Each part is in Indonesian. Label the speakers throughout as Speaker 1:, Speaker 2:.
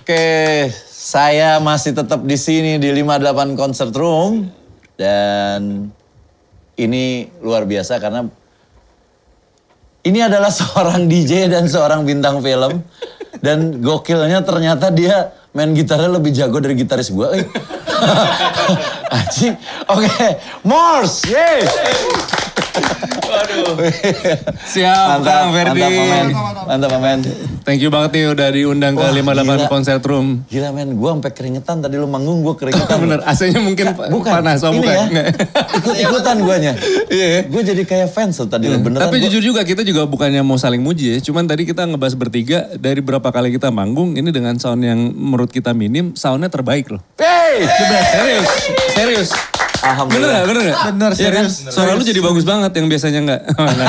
Speaker 1: Oke, saya masih tetap di sini di 58 Concert Room dan ini luar biasa karena ini adalah seorang DJ dan seorang bintang film dan gokilnya ternyata dia main gitarnya lebih jago dari gitaris gue. Anjing. Oke, Morse, yeay.
Speaker 2: Waduh. Siap,
Speaker 1: Mantap,
Speaker 2: Kang Ferdi.
Speaker 1: Mantap, Mamen.
Speaker 2: Thank you banget nih udah diundang ke 58 Concert Room.
Speaker 1: Gila men, gue sampai keringetan tadi lu manggung, gue keringetan.
Speaker 2: Bener, AC-nya mungkin panas.
Speaker 1: Ini
Speaker 2: bukan.
Speaker 1: ya, ikut-ikutan guanya.
Speaker 2: Iya.
Speaker 1: Gue jadi kayak fans tuh tadi, beneran.
Speaker 2: Tapi jujur juga kita juga bukannya mau saling muji ya. Cuman tadi kita ngebahas bertiga, dari berapa kali kita manggung, ini dengan sound yang menurut kita minim, soundnya terbaik loh.
Speaker 1: Hey!
Speaker 2: Serius.
Speaker 1: Alhamdulillah.
Speaker 2: Bener gak?
Speaker 3: Bener, serius.
Speaker 2: Ya kan? Suara lu jadi bagus banget yang biasanya enggak.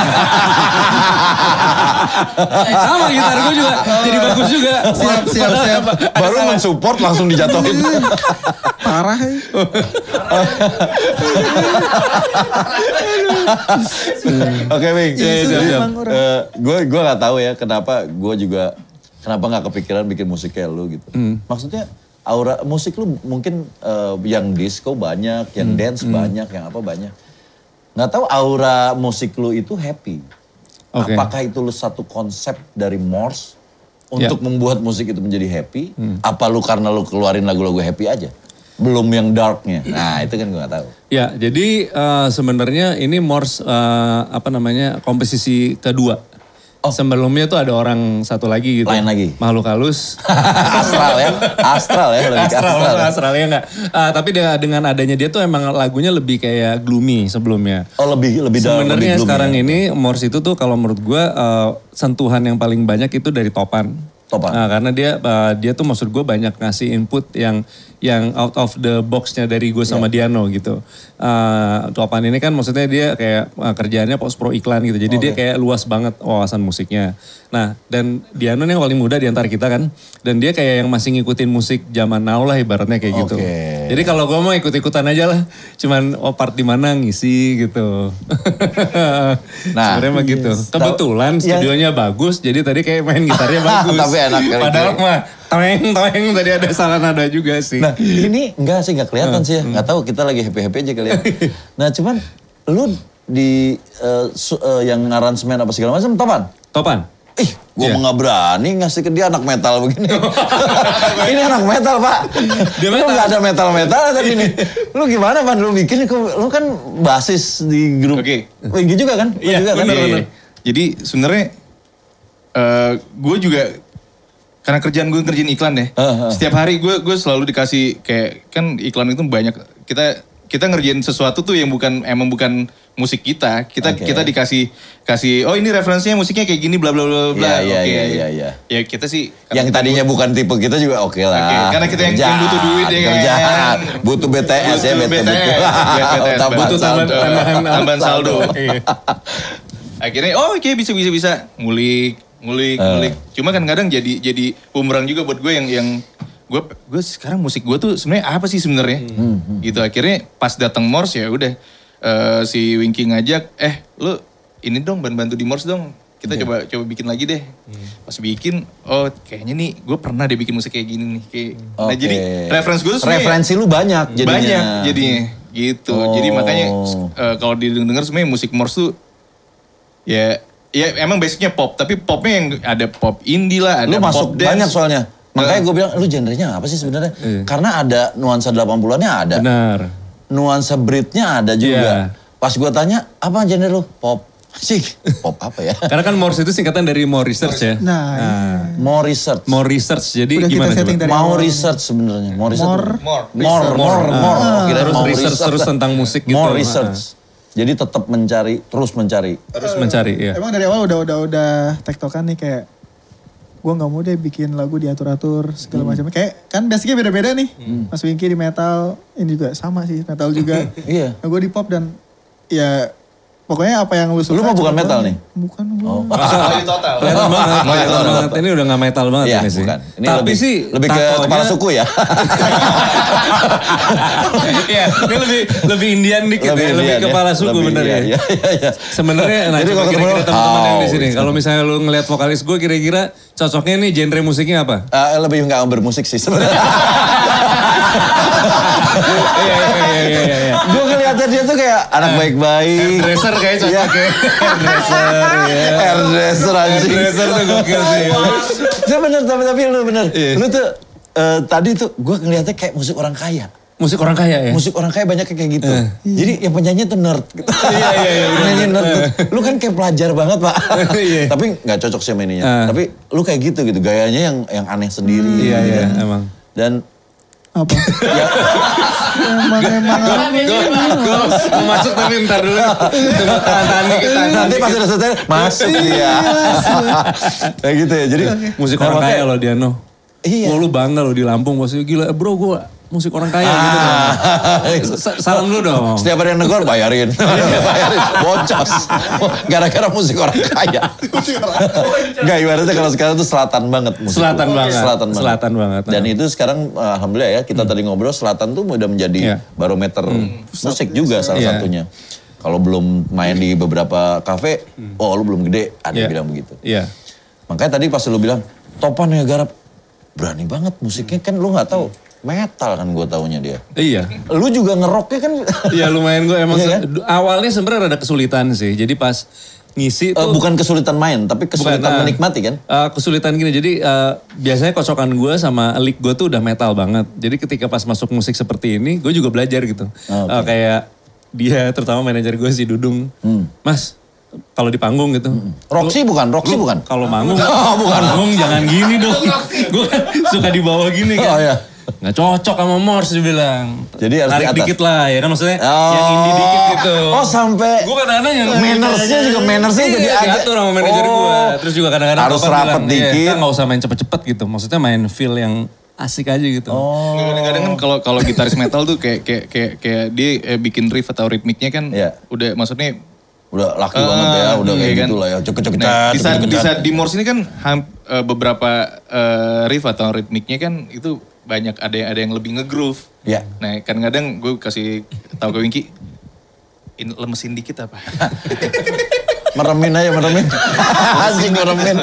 Speaker 2: Sama gitar gue juga jadi bagus juga.
Speaker 3: Siap.
Speaker 1: Baru mensupport langsung dijatuhin.
Speaker 3: Parah ya.
Speaker 1: Oke, Bing.
Speaker 2: Siap.
Speaker 1: Gue gak tahu ya kenapa gak kepikiran bikin musik kayak lu gitu. Maksudnya aura musik lu mungkin yang disco banyak, yang dance banyak, yang apa banyak. Nggak tahu aura musik lu itu happy.
Speaker 2: Okay.
Speaker 1: Apakah itu lu satu konsep dari Morse untuk membuat musik itu menjadi happy? Apa lu karena lu keluarin lagu-lagu happy aja? Belum yang darknya. Nah itu kan gue nggak tahu.
Speaker 2: Ya, jadi sebenarnya ini Morse komposisi kedua. Sebelumnya tuh ada orang satu lagi gitu.
Speaker 1: Lain lagi.
Speaker 2: Makhluk halus.
Speaker 1: Astral ya. Lebih ke
Speaker 2: Astral ya enggak. Tapi dengan adanya dia tuh emang lagunya lebih kayak gloomy sebelumnya.
Speaker 1: Oh lebih dark.
Speaker 2: Sebenarnya sekarang ini Morse itu tuh kalau menurut gue sentuhan yang paling banyak itu dari Topan. Nah, karena dia tuh maksud gue banyak ngasih input yang out of the box-nya dari gue sama Diano gitu. Topan ini kan maksudnya dia kayak kerjaannya post pro iklan gitu. Jadi dia kayak luas banget wawasan musiknya. Nah dan Diano yang paling muda di antara kita kan. Dan dia kayak yang masih ngikutin musik zaman now lah ibaratnya kayak gitu. Jadi kalau gue mau ikut-ikutan aja lah. Cuman part di mana ngisi gitu. Nah sebenarnya mah gitu. Kebetulan studionya bagus. Jadi tadi kayak main gitarnya bagus.
Speaker 1: Tapi enak kali.
Speaker 2: Padahal mah toeng tadi ada salah nada juga sih.
Speaker 1: Nah ini enggak sih, enggak kelihatan sih ya. Enggak tahu, kita lagi happy-happy aja kali ya. Nah cuman lu di yang aransemen apa segala macam
Speaker 2: Topan?
Speaker 1: Gue mau gak berani ngasih ke dia anak metal begini. Ini anak metal Pak. Lu gak ada metal-metal tadi nih. Lu gimana Pan, lu bikin, lu kan basis di grup. Winggi juga kan?
Speaker 3: Iya bener. Jadi sebenarnya gue juga karena kerjaan gue ngerjain iklan deh. Setiap hari gue selalu dikasih kayak kan iklan itu banyak kita ngerjain sesuatu tuh yang bukan musik kita. Kita dikasih oh ini referensinya musiknya kayak gini bla bla bla bla.
Speaker 1: Iya.
Speaker 3: Ya kita sih
Speaker 1: yang tadinya bukan tipe kita juga oke lah.
Speaker 3: Karena kita yang butuh duit ya
Speaker 1: kerjaan. Butuh BTS ya
Speaker 3: BTS.
Speaker 2: Butuh
Speaker 3: tambahan saldo. Akhirnya oke bisa ngulik. Cuma kan kadang jadi bumerang juga buat gue yang gue sekarang musik gue tuh sebenarnya apa sih sebenarnya? Gitu akhirnya pas datang Morse ya udah si Winky ngajak, lu ini dong bantu di Morse dong. Kita coba bikin lagi deh. Pas bikin, kayaknya nih gue pernah deh bikin musik kayak gini nih. Nah jadi
Speaker 1: referensi lu banyak jadinya.
Speaker 3: Banyak jadinya gitu. Jadi makanya kalau didengar sebenarnya musik Morse tuh ya emang basicnya pop, tapi popnya yang ada pop indie lah, ada
Speaker 1: lu masuk
Speaker 3: pop dance.
Speaker 1: Banyak soalnya. Makanya gue bilang, lu genrenya apa sih sebenarnya? Karena ada nuansa 80-annya ada.
Speaker 2: Benar.
Speaker 1: Nuansa Britnya ada juga. Pas gue tanya, apa genre lu? Pop. Sih, pop apa ya?
Speaker 2: Karena kan Morse itu singkatan dari more research ya.
Speaker 1: More research.
Speaker 2: More research. Jadi
Speaker 3: udah
Speaker 2: gimana coba?
Speaker 1: Mau research sebenarnya. More.
Speaker 2: Terus research terus tentang musik gitu.
Speaker 1: More research. Jadi tetap terus mencari.
Speaker 2: Iya.
Speaker 4: Emang dari awal udah tektokan nih kayak gue nggak mau deh bikin lagu diatur-atur segala macam. Kayak kan basicnya beda-beda nih. Mas Winky di metal, ini juga sama sih metal juga.
Speaker 1: Iya.
Speaker 4: Nah, gue di pop dan ya Pokoknya apa yang lu suka.
Speaker 1: Lu mah bukan metal nih?
Speaker 4: Bukan gue.
Speaker 3: Total.
Speaker 2: Kelihatan banget. Ini udah gak metal banget
Speaker 1: Iya,
Speaker 2: ini sih.
Speaker 1: bukan. Ini
Speaker 2: Tapi sih
Speaker 1: lebih ke kepala suku ya.
Speaker 2: Iya, ini lebih Indian dikit
Speaker 1: Lebih
Speaker 2: ya, lebih
Speaker 1: Indian ya.
Speaker 2: kepala suku
Speaker 1: Lebih
Speaker 2: bener ya.
Speaker 1: Iya.
Speaker 2: Sebenarnya nah
Speaker 1: Jadi
Speaker 2: coba
Speaker 1: kalau
Speaker 2: kira-kira
Speaker 1: ketemu,
Speaker 2: teman-teman yang di sini.
Speaker 1: gitu.
Speaker 2: Kalau misalnya lu ngelihat vokalis gue kira-kira cocoknya nih genre musiknya apa?
Speaker 1: Lebih nggak bermusik sih sebenarnya.
Speaker 2: Iya.
Speaker 1: Gue ngeliatnya dia tuh kayak anak baik-baik.
Speaker 2: Hairdresser kayak cocoknya. Hairdresser ya.
Speaker 1: Hairdresser anjing.
Speaker 2: Hairdresser tuh gokil sih.
Speaker 1: Ya bener, tapi lu bener. Lu tuh tadi tuh gue ngeliatnya kayak musik orang kaya.
Speaker 2: Musik orang kaya ya?
Speaker 1: Musik orang kaya banyak kayak gitu. Jadi yang penyanyi tuh nerd. Gitu.
Speaker 2: Iya.
Speaker 1: Penyanyi nerd. Lu kan kayak pelajar banget Pak.
Speaker 2: Iya.
Speaker 1: Tapi gak cocok sih sama ininya. Tapi lu kayak gitu. Gayanya yang aneh sendiri.
Speaker 2: Iya, emang.
Speaker 1: Dan
Speaker 4: Apa? emang
Speaker 2: Gue masuk tapi ntar dulu. Tunggu tahan dikit.
Speaker 1: nanti pas udah selesai masuk dia. Kayak gitu ya. Jadi
Speaker 2: Musik orang kaya loh Diano.
Speaker 1: Iya.
Speaker 2: Lu bangga loh di Lampung. Maksudnya gila bro gue musik orang kaya gitu. Salam dulu dong.
Speaker 1: Setiap ada yang negor bayarin. Bayarin. Bocos. Gara-gara musik orang kaya. Gak ibaratnya kalau sekarang tuh selatan banget musik.
Speaker 2: Selatan banget.
Speaker 1: Dan itu sekarang alhamdulillah ya kita tadi ngobrol selatan tuh udah menjadi barometer musik juga salah satunya. Kalau belum main di beberapa kafe, oh lu belum gede, ada yang bilang begitu.
Speaker 2: Iya.
Speaker 1: Makanya tadi pas lu bilang, Topan ya garap, berani banget musiknya kan lu gak tahu. Metal kan gue taunya dia.
Speaker 2: Iya.
Speaker 1: Lu juga ngeroknya kan.
Speaker 2: Iya lumayan gue emang
Speaker 1: Iya kan?
Speaker 2: awalnya sebenarnya ada kesulitan sih. Jadi pas ngisi tuh.
Speaker 1: Bukan kesulitan main tapi kesulitan menikmati kan.
Speaker 2: Kesulitan gini jadi biasanya kocokan gue sama lik gue tuh udah metal banget. Jadi ketika pas masuk musik seperti ini gue juga belajar gitu. Kayak dia terutama manajer gue si Dudung. Mas kalau di panggung gitu.
Speaker 1: Roxy bukan?
Speaker 2: Kalau manggung. Bukan. Manggung jangan gini dong. Gue kan suka dibawa gini kan.
Speaker 1: Oh iya.
Speaker 2: Nggak cocok sama Morse dia bilang.
Speaker 1: Jadi harus
Speaker 2: tarik
Speaker 1: di atas.
Speaker 2: dikit lah ya kan maksudnya yang indie dikit gitu.
Speaker 1: Oh sampai
Speaker 2: Gue kadang-kadang yang
Speaker 1: mannersnya juga jadi
Speaker 2: diatur sama manajer gue. Terus juga kadang-kadang
Speaker 1: harus
Speaker 2: Topan
Speaker 1: rapet
Speaker 2: bilang,
Speaker 1: dikit.
Speaker 2: Kan nggak usah main cepet-cepet gitu. Maksudnya main feel yang asik aja gitu.
Speaker 3: Kadang-kadang kan kalau gitaris metal tuh kayak dia bikin riff atau ritmiknya kan udah maksudnya
Speaker 1: udah laki banget ya, udah kayak gitu lah ya.
Speaker 3: Cek-cek. Di saat di Morse ini kan beberapa riff atau ritmiknya kan itu banyak ada yang lebih nge-groove.
Speaker 1: Iya.
Speaker 3: Nah kadang-kadang gue kasih tahu ke Winky, lemesin dikit apa?
Speaker 1: Meremin aja. Anjing meremin.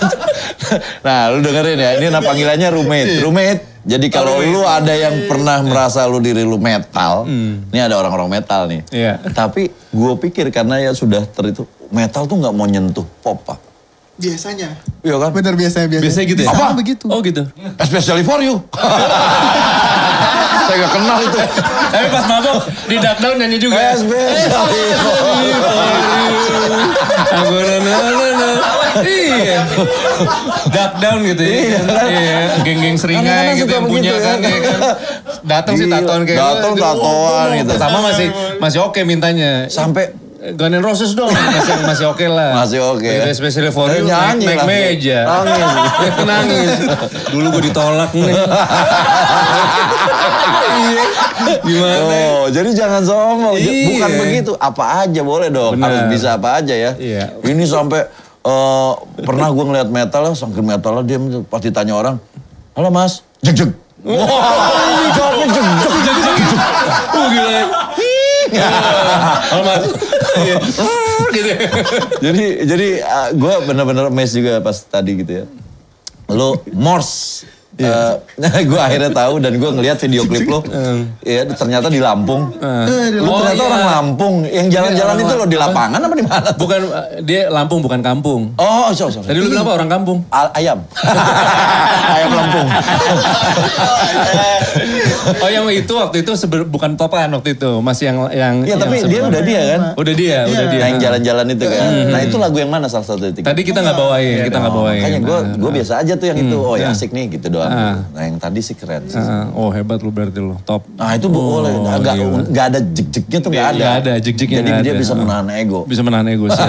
Speaker 1: Nah lu dengerin ya, ini panggilannya roommate. Jadi kalau lu ada yang pernah merasa lu diri lu metal, ini ada orang-orang metal nih.
Speaker 2: Iya.
Speaker 1: Tapi gue pikir karena ya sudah metal tuh gak mau nyentuh pop Pak.
Speaker 4: Biasanya.
Speaker 1: Iya kan?
Speaker 4: Bener biasanya.
Speaker 2: Biasanya gitu ya?
Speaker 4: Apa? Begitu.
Speaker 2: Oh gitu.
Speaker 1: Especially for you. Saya gak kenal itu.
Speaker 2: Tapi pas mabok di Dark Down nyanyi juga.
Speaker 1: Especially for you.
Speaker 2: Aku iya. Dark Down gitu ya. Iya. Geng-geng seringai gitu yang punya kan. Ya kan. Datang sih tatoan kayak
Speaker 1: tatoan gitu.
Speaker 2: Pertama masih oke mintanya.
Speaker 1: Sampai
Speaker 2: Guns N' Roses dong, masih oke lah.
Speaker 1: Masih oke ya.
Speaker 2: Especially for you,
Speaker 1: nyanyi
Speaker 2: naik meja. Nangis. Dulu gue ditolak nih. Gimana?
Speaker 1: Oh, jadi jangan sombong. Bukan begitu, apa aja boleh dong.
Speaker 2: Bener.
Speaker 1: Harus bisa apa aja ya.
Speaker 2: Iya.
Speaker 1: Ini sampai pernah gue ngeliat metal lah, sangkir metal lah, dia pasti tanya orang, halo mas, jeg. Wah, jawabnya jeg.
Speaker 2: Gila. Halo mas. Gitu.
Speaker 1: Jadi gue bener-bener amazed juga pas tadi gitu ya. Lo Morse. Gue akhirnya tahu dan gue ngeliat video klip lo. Ya ternyata di Lampung. Lo ternyata orang Lampung. Yang jalan-jalan itu lo di lapangan apa di mana?
Speaker 2: Bukan, dia Lampung bukan kampung.
Speaker 1: Oh, sorry.
Speaker 2: Tadi lu bilang apa orang kampung?
Speaker 1: Ayam. Ayam Lampung.
Speaker 2: Oh yang itu waktu itu bukan Topan waktu itu. Masih yang
Speaker 1: Iya tapi dia udah dia kan.
Speaker 2: Udah dia.
Speaker 1: Yang jalan-jalan itu kan. Nah itu lagu yang mana salah satu itu?
Speaker 2: Tadi kita nggak bawain,
Speaker 1: Makanya gue biasa aja tuh yang itu. Oh ya asik nih gitu doang. Nah yang tadi sih keren sih.
Speaker 2: Oh hebat lu berarti lu, top.
Speaker 1: Nah itu boleh, gak ada jek-jeknya tuh gak ada.
Speaker 2: Gak ada, jek-jeknya
Speaker 1: jadi
Speaker 2: gak ada.
Speaker 1: dia bisa menahan ego.
Speaker 2: Bisa menahan ego sih.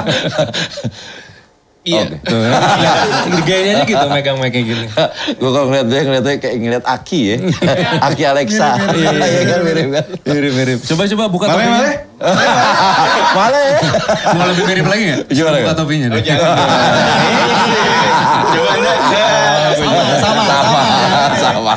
Speaker 3: Iya.
Speaker 2: Tuh, gayanya gitu megang-megang gini.
Speaker 1: Gue kalau ngeliatnya kayak ngeliat Aki ya. Aki Alexa. Iya kan mirip kan.
Speaker 2: Mirip. Coba buka topinya.
Speaker 1: Malah ya.
Speaker 2: Mau lebih mirip lagi gak?
Speaker 1: Gimana,
Speaker 2: Buka
Speaker 1: kan?
Speaker 2: topinya deh.
Speaker 3: Coba anda.
Speaker 1: Sama.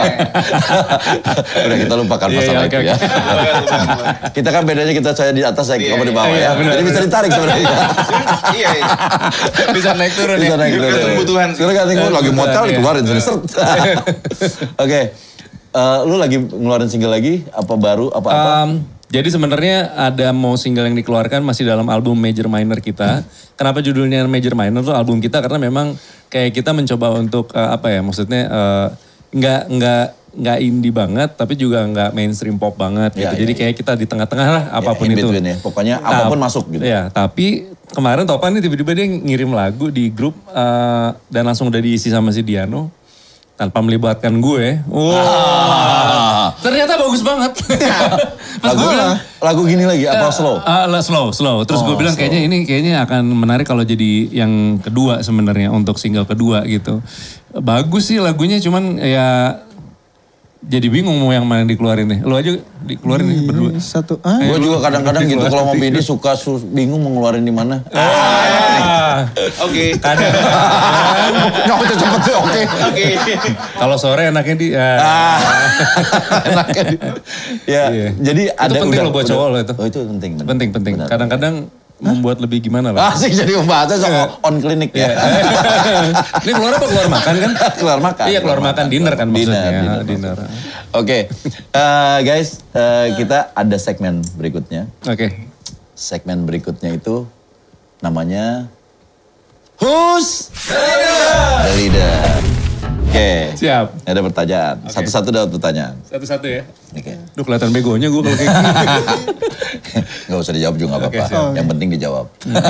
Speaker 1: Udah kita lupakan masalah itu ya. Kita kan bedanya saya di atas, kamu di bawah ya. Jadi bisa ditarik sebenarnya.
Speaker 3: Iya. Bisa naik turun ya.
Speaker 1: Bisa naik turun.
Speaker 3: Kebutuhan.
Speaker 1: Sekarang kan lagi motel dikeluarin sini. Oke. Lu lagi ngeluarin single lagi? Apa baru? Apa-apa?
Speaker 2: Jadi sebenarnya ada mau single yang dikeluarkan masih dalam album Major Minor kita. Kenapa judulnya Major Minor tuh album kita? Karena memang kayak kita mencoba untuk maksudnya nggak indie banget, tapi juga nggak mainstream pop banget gitu. Jadi kayak kita di tengah-tengah lah apapun itu.
Speaker 1: Ya. Pokoknya apapun masuk gitu.
Speaker 2: Ya, tapi kemarin Topan nih tiba-tiba dia ngirim lagu di grup dan langsung udah diisi sama si Diano. Tanpa melibatkan gue. Ternyata bagus banget.
Speaker 1: Lagu gini lagi apa slow?
Speaker 2: Slow. Terus gue bilang kayaknya akan menarik kalau jadi yang kedua sebenarnya untuk single kedua gitu. Bagus sih lagunya, cuman ya jadi bingung mau yang mana dikeluarin nih. Lu aja dikeluarin nih berdua.
Speaker 4: Satu.
Speaker 1: Gue juga kadang-kadang gitu kalau mau pilih suka bingung mau ngeluarin di mana.
Speaker 3: Oke.
Speaker 2: Kadang.
Speaker 1: Nyokot cepet sih, oke.
Speaker 2: Kalau sore enaknya di.
Speaker 1: Enaknya di. Ya, jadi ada
Speaker 2: itu penting loh buat cowok lo itu.
Speaker 1: Oh itu penting.
Speaker 2: Penting. Kadang-kadang membuat lebih gimana lah.
Speaker 1: Asik jadi membahasnya soal on klinik ya.
Speaker 2: Ini keluar apa keluar makan kan?
Speaker 1: Keluar makan.
Speaker 2: Iya keluar makan, dinner kan maksudnya. Dinner.
Speaker 1: Oke, guys, kita ada segmen berikutnya.
Speaker 2: Oke.
Speaker 1: Segmen berikutnya itu namanya Who's the Leader? Oke.
Speaker 2: Siap.
Speaker 1: Ada pertanyaan. Satu-satu dapat pertanyaan.
Speaker 2: Satu-satu ya.
Speaker 1: Oke.
Speaker 2: Duh kelihatan begonya gue kalau kayak gini.
Speaker 1: Gak usah dijawab juga gak apa-apa. Yang penting dijawab.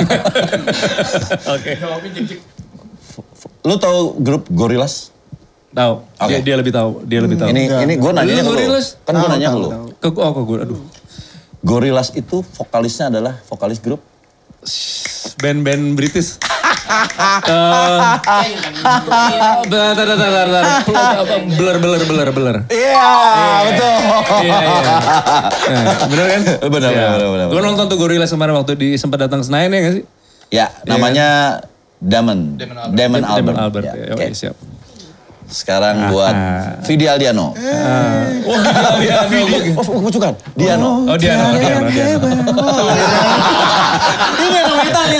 Speaker 2: Oke.
Speaker 1: Lu tahu grup Gorillaz?
Speaker 2: Tahu. Dia lebih tahu.
Speaker 1: Ini gue nanya ke lu. Kan gue nanya ke lu.
Speaker 2: Ke gue, aduh.
Speaker 1: Gorillaz itu vokalisnya adalah vokalis grup?
Speaker 2: Band-band British. Blur.
Speaker 1: Iya, betul.
Speaker 2: Iya. Bener kan?
Speaker 1: Bener.
Speaker 2: Gue nonton tuh Gorillaz kemarin waktu sempat datang Senayan ya gak sih?
Speaker 1: Ya, namanya Damon Albarn.
Speaker 2: Ya, oke, siap.
Speaker 1: Sekarang buat Vidi Aldiano. Bukan. Diano.
Speaker 2: Oh, Diano.
Speaker 4: Ini yang Italia.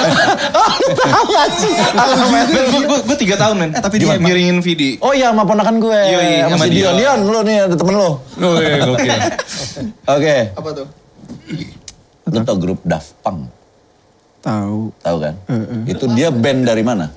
Speaker 3: Gue 3 tahun men. Tapi dia miringin Vidi.
Speaker 1: Oh iya, sama ponakan gue.
Speaker 3: Iya,
Speaker 1: sama si Dion, lu nih ada temen lu.
Speaker 2: Oh iya, oke.
Speaker 1: Oke.
Speaker 3: Apa tuh?
Speaker 1: Lu tau grup Daft Punk?
Speaker 4: Tahu.
Speaker 1: Tahu kan? Itu dia band dari mana?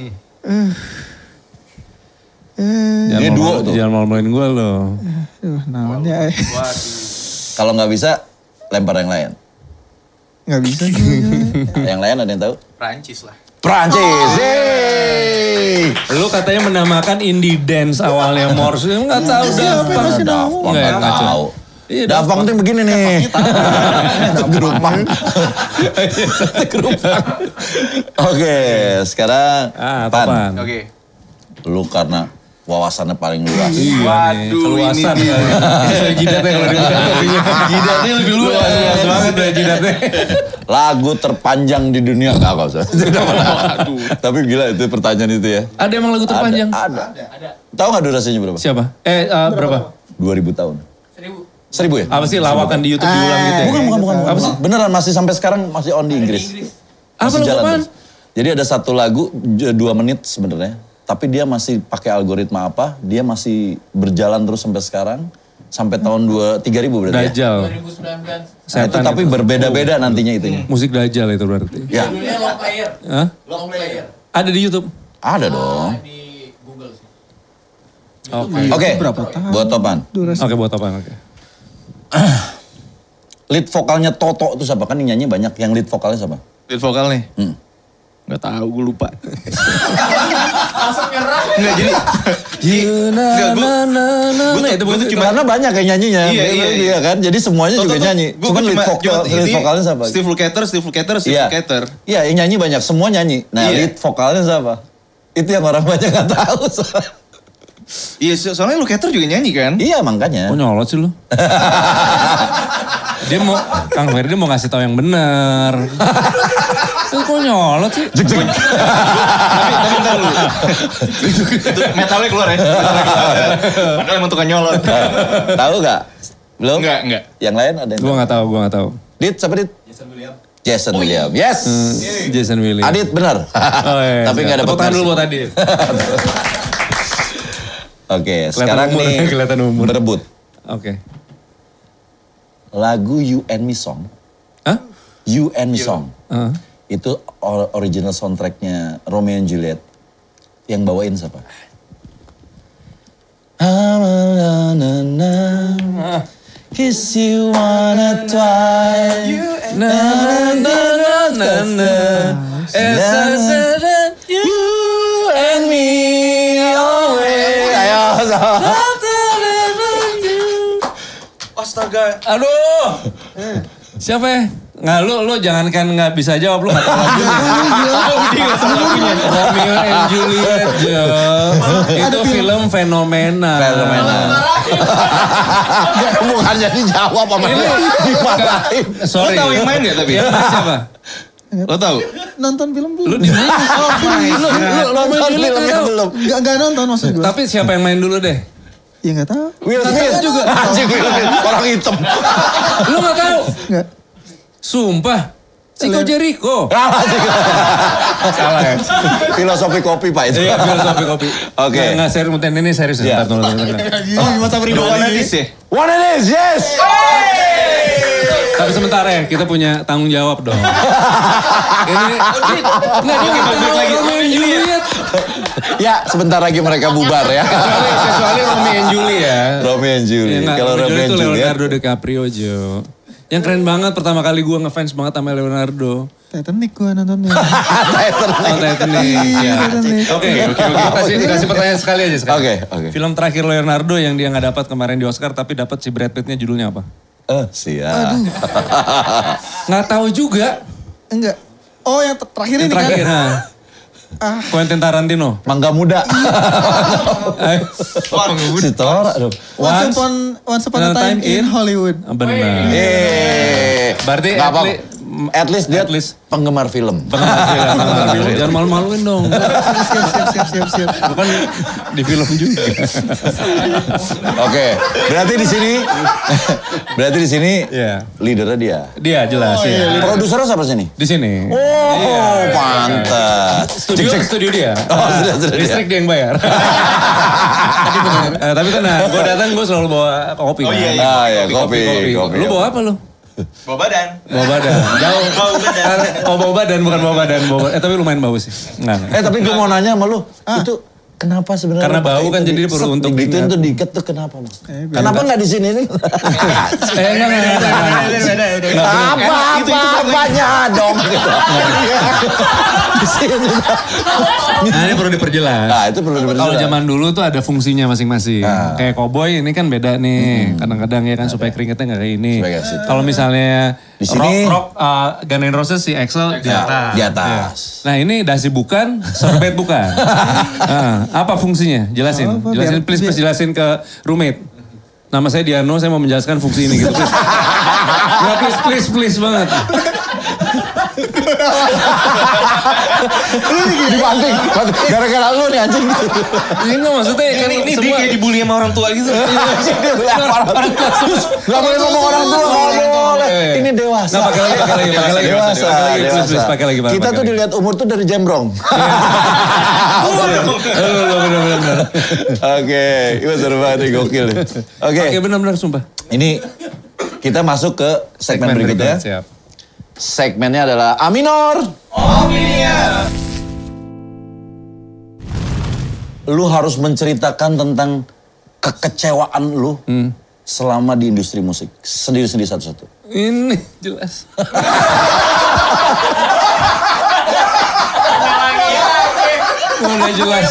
Speaker 1: Dia duo tuh.
Speaker 2: Jangan malu-maluin gue loh.
Speaker 4: Namanya.
Speaker 1: Kalau nggak bisa, lempar yang lain.
Speaker 4: Nggak bisa.
Speaker 1: Yang lain ada yang tahu?
Speaker 3: Prancis lah.
Speaker 1: Prancis. Hey.
Speaker 2: Lu katanya menamakan indie dance awalnya Morse. Lu nggak tahu Daft Punk.
Speaker 1: Daft Punk nggak tahu.
Speaker 2: Iya,
Speaker 1: Daft Punk tuh begini nih. Grup punk. Oke, sekarang
Speaker 2: Pan.
Speaker 3: Oke.
Speaker 1: Lu karena wawasannya paling luas.
Speaker 3: Waduh,
Speaker 2: keluasan.
Speaker 3: ini dia.
Speaker 2: Jidatnya kalau jidatnya lebih luas banget ya jidatnya.
Speaker 1: Lagu terpanjang di dunia enggak usah. Tapi gila itu pertanyaan itu ya.
Speaker 2: Ada emang lagu terpanjang?
Speaker 1: Ada. Tahu nggak durasinya berapa?
Speaker 2: Siapa? Berapa?
Speaker 1: 2000 tahun. 1000 ya?
Speaker 2: Apa sih lawakan di YouTube diulang gitu ya?
Speaker 1: Bukan. Apa sih? Beneran masih sampai sekarang masih on di Inggris.
Speaker 2: Apa
Speaker 1: Masih
Speaker 2: lagu
Speaker 1: jalan
Speaker 2: apaan?
Speaker 1: terus. Jadi ada satu lagu 2 menit sebenarnya. Tapi dia masih pakai algoritma apa, dia masih berjalan terus sampai sekarang. Sampai tahun 3000 berarti
Speaker 2: Dajjal.
Speaker 1: ya? Nah, itu tapi berbeda-beda nantinya itunya.
Speaker 2: Musik Dajjal itu berarti.
Speaker 1: Ya.
Speaker 5: Judulnya Long Player.
Speaker 2: Hah?
Speaker 5: Long Player.
Speaker 2: Ada di YouTube?
Speaker 1: Ada dong.
Speaker 5: Di Google sih.
Speaker 1: Oke,
Speaker 4: Berapa tahun?
Speaker 1: buat Topan.
Speaker 2: Oke, buat apaan? Oke.
Speaker 1: Lead vokalnya Toto itu siapa? Kan yang nyanyi banyak. Yang lead vokalnya siapa?
Speaker 3: Lead vokal nih? Gak tahu, gue lupa. Enggak jadi. Gue tuh cuma.
Speaker 1: Karena banyak yang nyanyinya.
Speaker 3: Iya.
Speaker 1: Kan? Jadi semuanya juga nyanyi. Cuman lead vokalnya siapa?
Speaker 3: Steve Lukather.
Speaker 1: Iya, yang nyanyi banyak. Semua nyanyi. Nah, lead vokalnya siapa? Itu yang orang banyak gak tahu.
Speaker 3: Iya, soalnya Lukather juga nyanyi kan?
Speaker 1: Iya, makanya.
Speaker 2: Oh nyolot sih lu? Kang Ferry mau ngasih tahu yang benar. Kok nyolot sih?
Speaker 3: Tapi bentar dulu. Itu metalnya keluar ya. Padahal emang tukang nyolot.
Speaker 1: Tahu gak? Belum?
Speaker 3: Enggak.
Speaker 1: Yang lain ada yang
Speaker 2: Gue nggak tahu.
Speaker 1: Dit, siapa Dit? Jason William. Yes.
Speaker 2: Jason William.
Speaker 1: Adit benar.
Speaker 2: Oh, iya,
Speaker 1: Tapi nggak dapat
Speaker 2: tepuk tangan
Speaker 1: versi.
Speaker 2: dulu buat Adit.
Speaker 1: Oke, sekarang
Speaker 2: umur,
Speaker 1: nih
Speaker 2: kelihatan umur.
Speaker 1: berebut.
Speaker 2: Oke.
Speaker 1: Lagu You and Me Song.
Speaker 2: Hah?
Speaker 1: You and Me Song.
Speaker 2: Heeh.
Speaker 1: Itu original soundtracknya Romeo and Juliet. Yang bawain siapa? Kiss you wanna twice. You and me always. Ayo.
Speaker 3: Astaga.
Speaker 2: Aduh. Siapa ya? Nggak, lu jangankan nggak bisa jawab, lu nggak tahu lagunya. Romeo and Juliet, Jo. Itu film fenomenal.
Speaker 1: Bukan jadi jawab sama dia. Dimarahin.
Speaker 2: Sorry.
Speaker 3: Lo tahu yang main nggak tapi?
Speaker 2: Yang main siapa?
Speaker 3: Lo tahu?
Speaker 4: Nonton film belum?
Speaker 2: Lu di mana? Lu
Speaker 1: Nonton
Speaker 2: Juliet
Speaker 1: filmnya
Speaker 2: nggak tahu?
Speaker 1: belum.
Speaker 4: Enggak nonton maksud gue.
Speaker 2: Tapi siapa yang main dulu deh?
Speaker 4: Ya enggak tahu.
Speaker 1: Will Smith juga. Anjing Will Smith. Orang hitam.
Speaker 2: Lu nggak tahu?
Speaker 4: Enggak.
Speaker 2: Sumpah. Chico Jericho.
Speaker 1: Salah ya. Filosofi kopi Pak itu.
Speaker 2: Iya, filosofi kopi.
Speaker 1: Oke.
Speaker 2: Nggak serius, ini serius.
Speaker 1: Iya.
Speaker 2: Bentar, tunggu.
Speaker 4: Masa
Speaker 3: The One That Is ya?
Speaker 1: One it is, yes.
Speaker 2: Tapi sebentar ya, kita punya tanggung jawab dong. Ini nggak dia
Speaker 3: balik lagi.
Speaker 2: Romeo and Juliet.
Speaker 1: Ya, sebentar lagi mereka bubar ya.
Speaker 2: Kecuali Romeo and Juliet ya.
Speaker 1: Romeo and Juliet.
Speaker 2: Nggak,
Speaker 1: Kalau
Speaker 2: Romeo
Speaker 1: Romeo and
Speaker 2: itu
Speaker 1: Juliet.
Speaker 2: Leonardo DiCaprio, Jo. Yang keren banget, pertama kali gue ngefans banget sama Leonardo.
Speaker 4: Titanic gue nontonnya.
Speaker 2: Oh, Titanic. Ya. Oke. Kasih pertanyaan sekali aja sekarang.
Speaker 1: Oke.
Speaker 2: Film terakhir Leonardo yang dia nggak dapat kemarin di Oscar, tapi dapat si Brad Pitt-nya judulnya apa?
Speaker 1: Siap.
Speaker 2: Nggak tahu juga.
Speaker 4: Enggak. Oh yang terakhir
Speaker 2: Yang
Speaker 4: ini
Speaker 2: terakhir,
Speaker 4: kan?
Speaker 2: nah. Quentin Tarantino.
Speaker 1: Mangga muda. Si Tora dong.
Speaker 4: Once Upon a Time in Hollywood.
Speaker 2: Benar. Berarti
Speaker 1: Nggak apa-apa. At least dia
Speaker 2: At least.
Speaker 1: penggemar film.
Speaker 2: Penggemar film. Jangan malu-maluin dong.
Speaker 4: Siap.
Speaker 2: Bukan di film juga.
Speaker 1: Oke, berarti di sini
Speaker 2: Iya.
Speaker 1: leadernya dia.
Speaker 2: Dia jelas ya.
Speaker 1: Produsernya siapa sini?
Speaker 2: Di sini.
Speaker 1: Oh, pantas.
Speaker 2: Studio dia.
Speaker 1: Oh, sudah
Speaker 2: Listrik dia yang bayar. Tapi tenang, gue datang gue selalu bawa kopi.
Speaker 3: Oh,
Speaker 2: kan?
Speaker 3: iya.
Speaker 1: Ah ya, kopi.
Speaker 2: Lu bawa apa lu?
Speaker 3: Bawa badan.
Speaker 2: Bawa badan. Jauh.
Speaker 3: Bawa badan.
Speaker 2: Oh bawa badan, bukan bawa badan. Tapi lumayan bau sih. Enggak.
Speaker 1: Tapi gue mau nanya sama lu, itu kenapa sebenarnya?
Speaker 2: Karena bau kan, jadi perlu untuk
Speaker 1: digituin
Speaker 2: diingat.
Speaker 1: tuh diikat tuh kenapa mas? Kenapa nggak di sini nih?
Speaker 2: Enggak.
Speaker 1: Apanya dong? Di sini.
Speaker 2: Nah ini perlu diperjelas.
Speaker 1: Nah itu perlu diperjelas.
Speaker 2: Kalau zaman dulu tuh ada fungsinya masing-masing. Kayak koboi ini kan beda nih. Kadang-kadang ya kan supaya keringetnya nggak kayak ini.
Speaker 1: Supaya nggak situ.
Speaker 2: Kalau misalnya
Speaker 1: Di sini-
Speaker 2: rock Guns N' Roses si Axl di atas.
Speaker 1: Di atas.
Speaker 2: Iya. Nah ini dasi bukan, sorbet bukan. Nah, apa fungsinya? Jelasin.
Speaker 4: Apa,
Speaker 2: Jelasin
Speaker 4: biar-
Speaker 2: please jelasin ke roommate. Nama saya Diano, saya mau menjelaskan fungsi ini gitu. Please banget.
Speaker 1: Dibanting. Gara-gara lu nih anjing.
Speaker 2: Ini maksudnya kan
Speaker 3: Ini dia
Speaker 2: semua
Speaker 3: kayak dibully sama orang tua gitu.
Speaker 1: Gak boleh ngomong orang tua, gak boleh. Ini dewasa.
Speaker 2: Nggak, pakai lagi.
Speaker 1: Dewasa.
Speaker 2: Please, pakai lagi.
Speaker 1: Kita tuh dilihat umur tuh dari jembrong.
Speaker 2: Bener.
Speaker 1: Oke, itu seru banget nih, gokil nih. Oke,
Speaker 2: Oke, benar-benar sumpah.
Speaker 1: ini kita masuk ke segmen berikutnya.
Speaker 2: Siap.
Speaker 1: Segmennya adalah A minor. Lu harus menceritakan tentang kekecewaan lu selama di industri musik. Sendiri-sendiri satu-satu.
Speaker 2: Ini jelas. Udah jelas.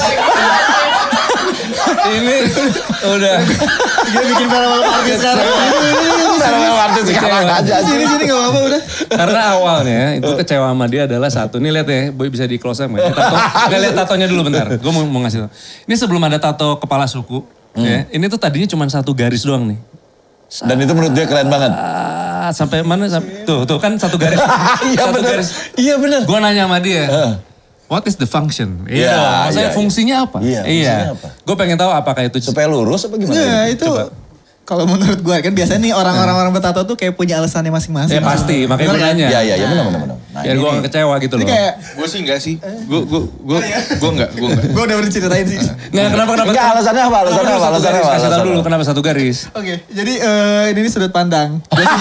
Speaker 2: Ini udah.
Speaker 4: Dia bikin para malam artis sekarang.
Speaker 1: Artis sekarang aja.
Speaker 4: Sini gak apa-apa udah.
Speaker 2: Karena awalnya itu kecewa sama dia adalah satu. Nih lihat ya, Boy bisa di close up nggak? Nggak lihat tatonya dulu bentar. Gue mau ngasih tau. Ini sebelum ada tato kepala suku. Ya, ini tuh tadinya cuma satu garis doang nih.
Speaker 1: Dan itu menurut dia keren banget.
Speaker 2: sampai mana? Tuh kan satu garis. Satu garis.
Speaker 1: Iya benar.
Speaker 2: Gue nanya sama dia. What is the function?
Speaker 1: Iya,
Speaker 2: maksudnya fungsinya apa?
Speaker 1: Iya.
Speaker 2: Gue pengen tahu apakah itu
Speaker 1: Supaya lurus apa gimana?
Speaker 4: Iya itu. Kalau menurut gue kan biasanya nih orang bertato tuh kayak punya alasannya masing-masing.
Speaker 2: Ya pasti, makanya gue nanya.
Speaker 1: Iya benar. Nah,
Speaker 2: Biar gue gak kecewa gitu loh.
Speaker 4: Kayak
Speaker 3: Gue sih enggak sih. Gue enggak.
Speaker 4: gue udah berceritain sih.
Speaker 2: Nggak, kenapa?
Speaker 1: Enggak, alasannya apa?
Speaker 2: Kasih tahu dulu kenapa satu garis.
Speaker 4: Oke, jadi ini sudut pandang.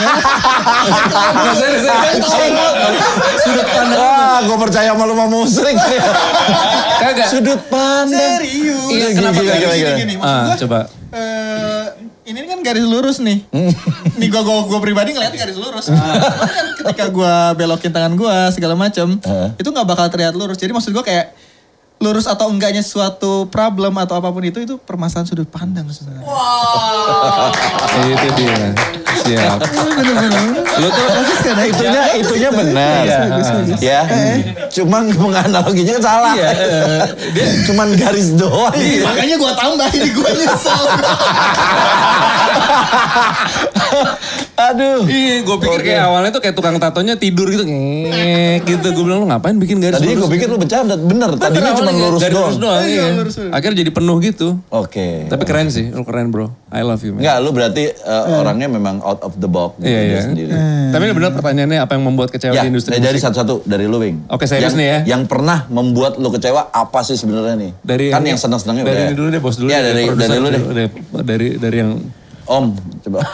Speaker 2: Sudut pandang.
Speaker 1: Wah, gue percaya sama lu mau musrik.
Speaker 2: Kagak.
Speaker 1: Sudut pandang.
Speaker 4: Serius.
Speaker 2: Iya,
Speaker 1: kenapa
Speaker 4: Gini, maksud gue.
Speaker 2: Coba.
Speaker 4: Ini kan garis lurus nih. Nih gue pribadi ngeliatnya garis lurus. Cuman kan ketika gue belokin tangan gue segala macam, itu nggak bakal terlihat lurus. Jadi maksud gue kayak lurus atau enggaknya suatu problem atau apapun itu permasalahan sudut pandang sebenarnya.
Speaker 2: Itu dia. Siap.
Speaker 1: Lu tuh itunya benar. Ya. Cuman menganaloginya kan salah. Dia cuman garis doang.
Speaker 4: Makanya gue tambah ini gue nyesel.
Speaker 1: Aduh.
Speaker 2: Iya, gue pikir kayak awalnya tuh kayak tukang tatonya tidur gitu. Gitu. Gue bilang lu ngapain bikin garis
Speaker 1: Tadi
Speaker 2: lurus?
Speaker 1: gue pikir lu bercanda. Bener, tadinya cuma lurus
Speaker 2: garis
Speaker 1: doang.
Speaker 2: lurus doang. Iya. Akhirnya jadi penuh gitu.
Speaker 1: Oke.
Speaker 2: Tapi keren sih, lu keren bro. I love you man.
Speaker 1: Enggak, lu berarti orangnya memang out of the box.
Speaker 2: Iya.
Speaker 1: Sendiri.
Speaker 2: Tapi ini benar pertanyaannya apa yang membuat kecewa
Speaker 1: Ya,
Speaker 2: di industri
Speaker 1: dari
Speaker 2: musik?
Speaker 1: satu-satu, dari lu Wing.
Speaker 2: Oke, serius nih ya.
Speaker 1: Yang pernah membuat lu kecewa apa sih sebenarnya nih? Kan yang seneng-senengnya
Speaker 2: dari
Speaker 1: udah.
Speaker 2: ini dulu deh, bos dulu.
Speaker 1: Ya, dari lu deh.
Speaker 2: Dari yang
Speaker 1: Om, coba.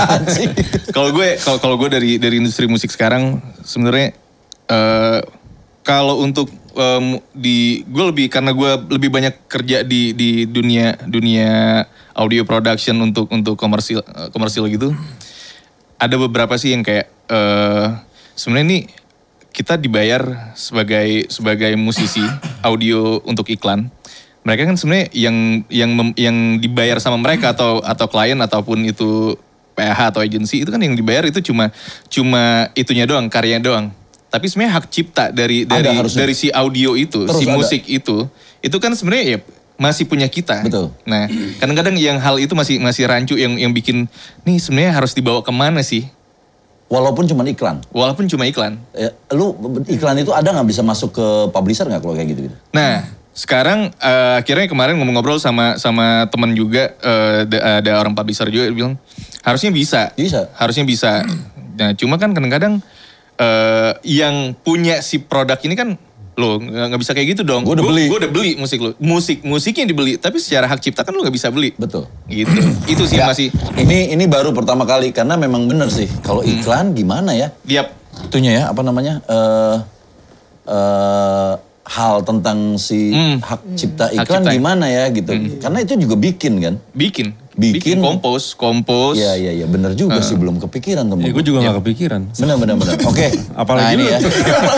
Speaker 3: Kalau gue dari industri musik sekarang sebenarnya kalau untuk gue lebih karena gue lebih banyak kerja di dunia audio production untuk komersil gitu. Ada beberapa sih yang kayak sebenarnya ini kita dibayar sebagai musisi audio untuk iklan. Mereka kan sebenarnya yang dibayar sama mereka atau klien ataupun itu PH atau agensi itu kan yang dibayar itu cuma itunya doang, karyanya doang. Tapi sebenarnya hak cipta dari si audio itu, terus si musik itu kan sebenarnya ya masih punya kita.
Speaker 1: Betul.
Speaker 3: Nah, kadang-kadang yang hal itu masih rancu yang bikin nih sebenarnya harus dibawa kemana sih?
Speaker 1: Walaupun cuma iklan. Ya, lu iklan itu ada nggak bisa masuk ke publisher nggak kalau kayak gitu?
Speaker 3: Nah, sekarang akhirnya kemarin ngobrol sama teman juga ada orang publisher juga bilang harusnya bisa. Harusnya bisa. Nah, cuma kan kadang-kadang yang punya si produk ini kan lo nggak bisa kayak gitu dong. Gue udah beli musik lo. Musiknya dibeli, tapi secara hak cipta kan lo nggak bisa beli.
Speaker 1: Betul.
Speaker 3: Gitu. Itu sih
Speaker 1: ya,
Speaker 3: masih.
Speaker 1: Ini baru pertama kali karena memang bener sih. Kalau iklan gimana ya?
Speaker 3: Yap.
Speaker 1: Itunya ya apa namanya? Hal tentang si hak cipta iklan gimana ya gitu. Karena itu juga bikin kan? Bikin
Speaker 3: kompos.
Speaker 1: Iya bener juga sih belum kepikiran temen.
Speaker 2: Ya gue juga gak kepikiran.
Speaker 1: Bener. Oke.
Speaker 2: Apalagi
Speaker 1: ini ya.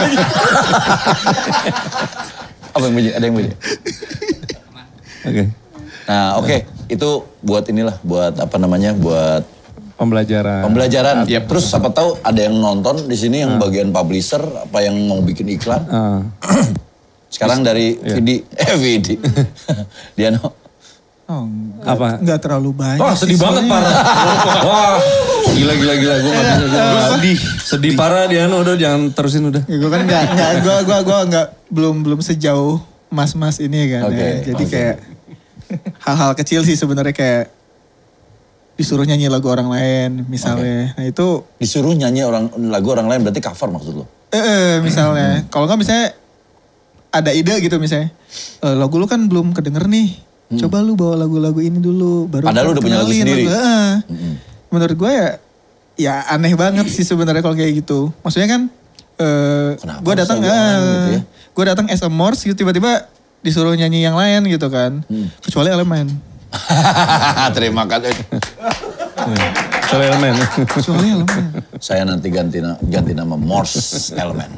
Speaker 1: Apa yang bunyi? Ada yang bunyi?
Speaker 2: Oke.
Speaker 1: Nah oke. Itu buat inilah. Buat apa namanya? Buat
Speaker 2: Pembelajaran.
Speaker 1: Yep. Terus siapa tahu ada yang nonton di sini yang bagian publisher apa yang mau bikin iklan. Sekarang dari Vidi. Diano.
Speaker 4: Oh,
Speaker 2: apa?
Speaker 4: Enggak terlalu banyak.
Speaker 2: Wah, sedih banget parah. Wah, gila. Gue gak bisa. Sedih parah Diano, udah jangan terusin udah.
Speaker 4: Ya, gue kan gue belum sejauh mas-mas ini kan. Ya. Jadi kayak hal-hal kecil sih sebenarnya kayak disuruh nyanyi lagu orang lain misalnya. Nah itu
Speaker 1: disuruh nyanyi lagu orang lain berarti cover maksud lo?
Speaker 4: Misalnya. Kalau nggak misalnya ada ide gitu misalnya. Lagu lu kan belum kedenger nih. Coba lu bawa lagu-lagu ini dulu. Baru
Speaker 1: padahal lu udah punya lagu sendiri.
Speaker 4: Menurut gue ya aneh banget sih sebenarnya kalau kayak gitu. Maksudnya kan gue datang gitu ya? Gue datang as a Morse gitu tiba-tiba disuruh nyanyi yang lain gitu kan. Kecuali Elemen.
Speaker 1: Terima kasih.
Speaker 2: Kecuali Elemen.
Speaker 1: Saya nanti ganti nama Morse Elemen.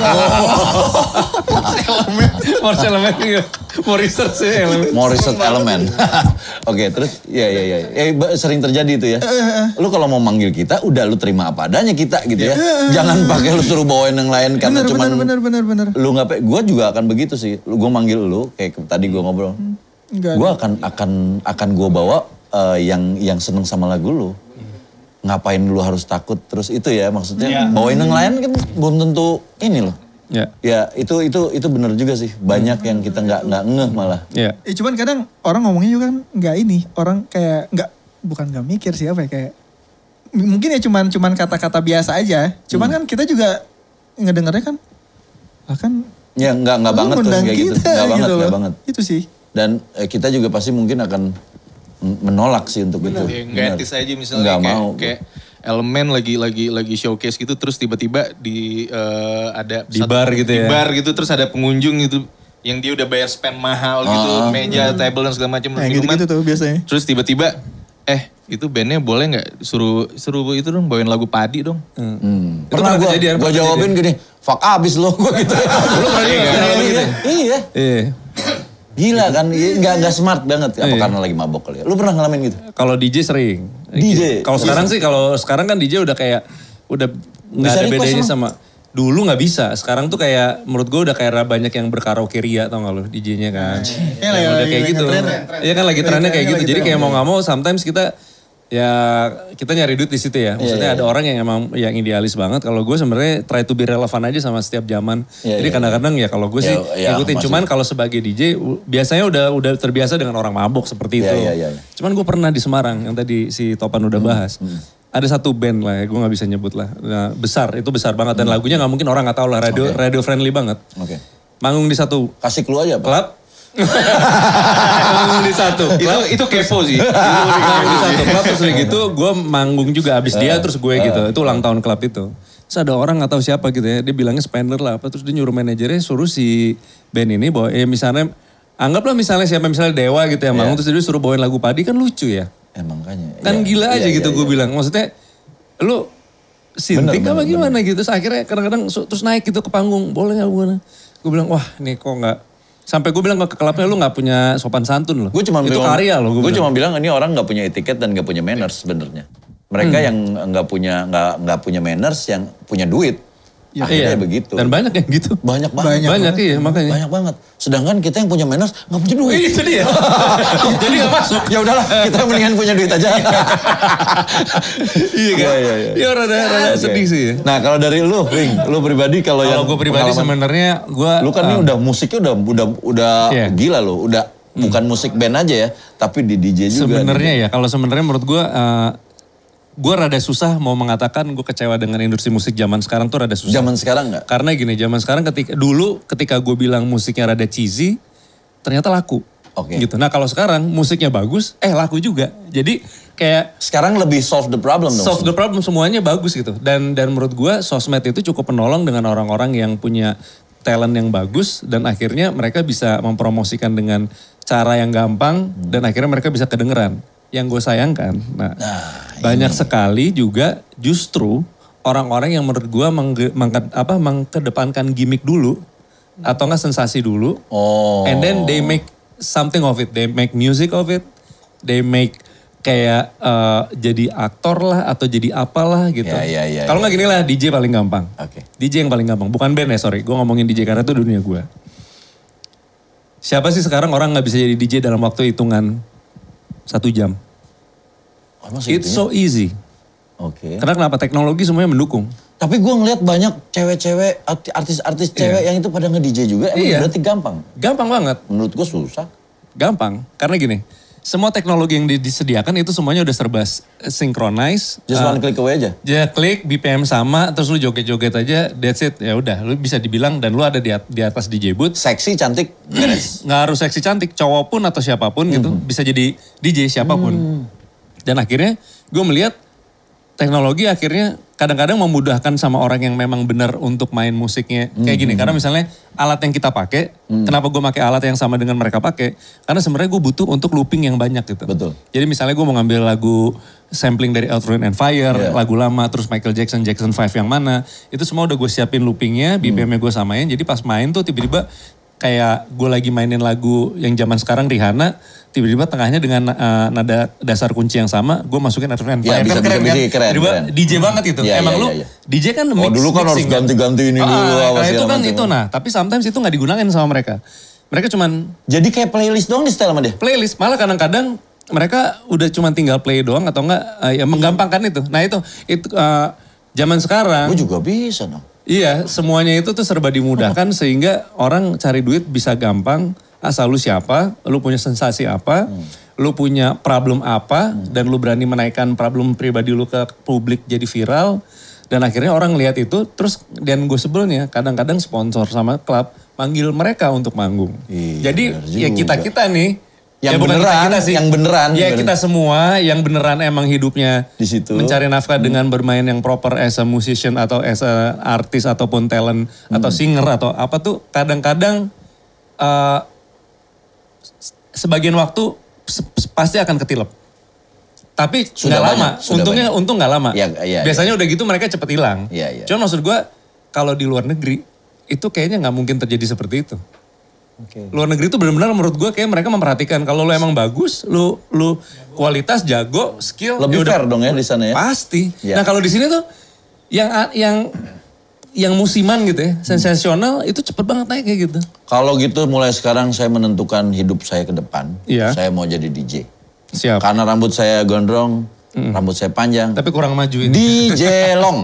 Speaker 2: Morse Elemen. Mau research sih Elemen.
Speaker 1: Morse Elemen. Oke, terus ya sering terjadi itu ya. Lu kalau mau manggil kita udah lu terima apa adanya kita gitu ya. Jangan pakai lu suruh bawain yang lain karena cuman
Speaker 4: bener.
Speaker 1: Lu nggak gue juga akan begitu sih. Gue manggil lu kayak tadi gue ngobrol. Gue akan gue bawa yang seneng sama lagu lu. ngapain lu harus takut terus itu ya maksudnya bawain yang lain kan belum tentu ini loh. Ya itu benar juga sih, banyak yang kita nggak ngeh malah.
Speaker 4: Cuman kadang orang ngomongnya juga kan nggak ini, orang kayak bukan nggak mikir sih apa ya, kayak mungkin ya cuman kata-kata biasa aja. Cuman kan kita juga ngedengarnya kan bahkan
Speaker 1: ya nggak banget tuh kayak gitu. Nggak banget.
Speaker 4: Itu sih.
Speaker 1: Dan kita juga pasti mungkin akan menolak sih untuk itu.
Speaker 3: Nggak etis aja misalnya kayak elemen lagi showcase gitu terus tiba-tiba ada
Speaker 2: di bar gitu ya.
Speaker 3: Di bar gitu terus ada pengunjung gitu yang dia udah bayar spend mahal gitu, meja, table dan segala macam minuman.
Speaker 4: Gitu tuh biasanya.
Speaker 3: Terus tiba-tiba itu bandnya boleh nggak suruh itu dong bawain lagu Padi dong.
Speaker 1: Pernah gue jawabin gini, fuck abis lo gue gitu.
Speaker 3: Lu pernah gitu?
Speaker 1: Iya. Gila kan, nggak smart banget. Apa karena lagi mabok kali ya? Lu pernah ngalamin gitu?
Speaker 2: Kalau DJ sering.
Speaker 1: DJ?
Speaker 2: Kalau sekarang kan DJ udah kayak, udah nggak ada bedanya sama. Dulu nggak bisa, sekarang tuh kayak menurut gue udah kayak banyak yang berkaraoke ria tau gak lo DJ-nya kan. Udah kayak gitu. Iya kan lagi trennya kayak gitu. Jadi kayak mau gak mau sometimes kita nyari duit di situ ya. Maksudnya ada orang yang emang yang idealis banget. Kalau gue sebenarnya try to be relevant aja sama setiap zaman. Jadi kadang-kadang ya kalau gue sih ikutin. Cuman kalau sebagai DJ biasanya udah terbiasa dengan orang mabok seperti itu. Cuman gue pernah di Semarang yang tadi si Topan udah bahas. Ada satu band lah ya, gue gak bisa nyebut lah. Nah, besar banget. Dan lagunya gak mungkin orang gak tahu lah. Radio friendly banget. Manggung di satu.
Speaker 1: Kasih clue aja Pak.
Speaker 2: Klub. Manggung di satu.
Speaker 3: Itu kepo sih.
Speaker 2: Manggung di satu klub terus gitu. Gue manggung juga abis dia terus gue gitu. Itu ulang tahun klub itu. Terus ada orang gak tahu siapa gitu ya. Dia bilangnya spender lah apa. Terus dia nyuruh manajernya suruh si band ini bawa. Misalnya anggaplah misalnya siapa misalnya Dewa gitu ya manggung. Terus dia suruh bawain lagu Padi kan lucu ya.
Speaker 1: Makanya.
Speaker 2: Kan gila aja gitu gue bilang. Maksudnya lu sinting apa gimana gitu. Terus akhirnya kadang-kadang terus naik gitu ke panggung. Boleh gak gue? Gue bilang wah nih kok gak. Sampai gue bilang ke klubnya lu gak punya sopan santun loh. Itu karya loh.
Speaker 1: Gue cuma bilang ini orang gak punya etiket dan gak punya manners sebenarnya. Mereka yang gak punya manners yang punya duit. Akhirnya begitu.
Speaker 2: Dan banyak yang gitu.
Speaker 1: Banyak banget.
Speaker 2: Banyak iya makanya.
Speaker 1: Banyak banget. Sedangkan kita yang punya manners gak punya duit.
Speaker 2: Itu dia. Jadi gak masuk.
Speaker 1: Ya udahlah kita mendingan punya duit aja.
Speaker 2: Iya kan? Iya rada sedih sih.
Speaker 1: Nah kalau dari lu, Wing, lu pribadi kalau yang
Speaker 2: gue pribadi sebenarnya gue.
Speaker 1: Lu kan ini udah musiknya udah gila lo. Udah bukan musik band aja ya. Tapi di DJ juga.
Speaker 2: Sebenarnya ya kalau sebenarnya menurut gue rada susah mau mengatakan gue kecewa dengan industri musik zaman sekarang tuh rada susah.
Speaker 1: Zaman sekarang gak?
Speaker 2: Karena gini, zaman sekarang ketika gue bilang musiknya rada cheesy, ternyata laku. Gitu. Nah kalau sekarang musiknya bagus, laku juga. Jadi kayak...
Speaker 1: Sekarang lebih solve the problem dong.
Speaker 2: Solve the problem semuanya bagus gitu. Dan menurut gue sosmed itu cukup penolong dengan orang-orang yang punya talent yang bagus. Dan akhirnya mereka bisa mempromosikan dengan cara yang gampang. Dan akhirnya mereka bisa kedengeran. Yang gue sayangkan, banyak sekali juga justru orang-orang yang menurut gue mengkedepankan gimmick dulu atau enggak sensasi dulu, and then they make something of it, they make music of it, they make kayak jadi aktor lah atau jadi apalah gitu. Kalau nggak gini lah DJ paling gampang, DJ yang paling gampang, bukan band ya sorry, gue ngomongin DJ karena itu dunia gue. Siapa sih sekarang orang nggak bisa jadi DJ dalam waktu hitungan 1 jam. It's so easy. Karena kenapa? Teknologi semuanya mendukung.
Speaker 1: Tapi gue ngeliat banyak cewek-cewek, artis-artis cewek yang itu pada nge-DJ juga. Berarti gampang?
Speaker 2: Gampang banget.
Speaker 1: Menurut gue susah.
Speaker 2: Gampang. Karena gini, semua teknologi yang disediakan itu semuanya udah serba synchronize.
Speaker 1: Just one click away aja?
Speaker 2: Ya klik, BPM sama, terus lu joget-joget aja, that's it. Ya udah, lu bisa dibilang dan lu ada di atas DJ booth.
Speaker 1: Seksi, cantik, beres.
Speaker 2: Nggak harus seksi, cantik. Cowok pun atau siapapun gitu, bisa jadi DJ siapapun. Dan akhirnya gue melihat teknologi akhirnya kadang-kadang memudahkan sama orang yang memang benar untuk main musiknya. Kayak gini, karena misalnya alat yang kita pakai, kenapa gue pakai alat yang sama dengan mereka pakai? Karena sebenarnya gue butuh untuk looping yang banyak gitu.
Speaker 1: Betul.
Speaker 2: Jadi misalnya gue mau ngambil lagu sampling dari Earth, Wind & Fire, lagu lama, terus Michael Jackson 5 yang mana. Itu semua udah gue siapin loopingnya, BPM-nya gue samain. Jadi pas main tuh tiba-tiba kayak gue lagi mainin lagu yang zaman sekarang Rihanna, tiba-tiba tengahnya dengan nada dasar kunci yang sama, gue masukin Earth, Wind & Fire.
Speaker 1: Bisa,
Speaker 2: keren.
Speaker 1: Tiba-tiba
Speaker 2: DJ banget gitu. Emang lu DJ kan mix.
Speaker 1: Dulu kan harus ganti-ganti ini dulu.
Speaker 2: Nah itu kan itu, tapi sometimes itu gak digunakan sama mereka. Mereka cuman...
Speaker 1: Jadi kayak playlist doang di setel sama dia?
Speaker 2: Playlist, malah kadang-kadang mereka udah cuma tinggal play doang atau enggak ya menggampangkan itu. Nah itu zaman sekarang.
Speaker 1: Gue juga bisa dong.
Speaker 2: Iya, semuanya itu tuh serba dimudahkan sehingga orang cari duit bisa gampang. Asal lu siapa, lu punya sensasi apa, lu punya problem apa, dan lu berani menaikkan problem pribadi lu ke publik jadi viral. Dan akhirnya orang lihat itu, terus dan gue sebelnya kadang-kadang sponsor sama klub manggil mereka untuk manggung.
Speaker 1: Iya,
Speaker 2: jadi ya kita-kita nih,
Speaker 1: yang
Speaker 2: ya bukan
Speaker 1: beneran,
Speaker 2: kita sih.
Speaker 1: yang beneran.
Speaker 2: Ya kita semua yang beneran emang hidupnya
Speaker 1: di situ
Speaker 2: mencari nafkah dengan bermain yang proper as a musician atau as a artis ataupun talent atau singer atau apa tuh kadang-kadang sebagian waktu pasti akan ketilep. Tapi nggak lama, untung nggak lama.
Speaker 1: Ya.
Speaker 2: Biasanya udah gitu mereka cepet hilang.
Speaker 1: Ya.
Speaker 2: Cuman maksud gue kalau di luar negeri itu kayaknya nggak mungkin terjadi seperti itu.
Speaker 1: Okay.
Speaker 2: Luar negeri itu benar-benar menurut gue kayak mereka memperhatikan kalau lu emang bagus, lu kualitas, jago, skill.
Speaker 1: Lebih fair dong ya di sana ya.
Speaker 2: Pasti.
Speaker 1: Ya.
Speaker 2: Nah kalau di sini tuh yang musiman gitu ya, sensasional itu cepet banget naik kayak gitu.
Speaker 1: Kalau gitu mulai sekarang saya menentukan hidup saya ke depan.
Speaker 2: Iya.
Speaker 1: Saya mau jadi DJ.
Speaker 2: Siap.
Speaker 1: Karena rambut saya gondrong, rambut saya panjang.
Speaker 2: Tapi kurang maju ini.
Speaker 1: DJ Long.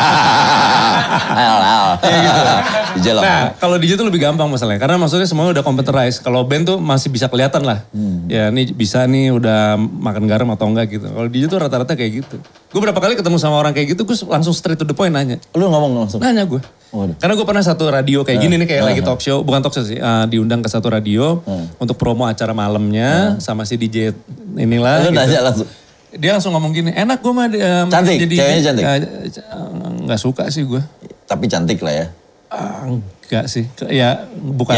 Speaker 1: DJ Long.
Speaker 2: Nah kalau DJ tuh lebih gampang masalahnya. Karena maksudnya semuanya udah computerized. Kalau band tuh masih bisa kelihatan lah. Ya ini bisa nih udah makan garam atau enggak gitu. Kalau DJ tuh rata-rata kayak gitu. Gue berapa kali ketemu sama orang kayak gitu, gue langsung straight to the point nanya.
Speaker 1: Lu ngomong langsung?
Speaker 2: Nanya gue. Karena gue pernah satu radio kayak gini nih, kayak lagi talk show. Bukan talk show sih, diundang ke satu radio untuk promo acara malamnya sama si DJ inilah.
Speaker 1: Lu
Speaker 2: gitu.
Speaker 1: nanya langsung?
Speaker 2: Dia langsung ngomong gini, enak gue mah
Speaker 1: cantik,
Speaker 2: jadi
Speaker 1: ceweknya cantik?
Speaker 2: Nggak suka sih gue.
Speaker 1: Tapi cantik lah ya.
Speaker 2: Enggak sih, ya bukan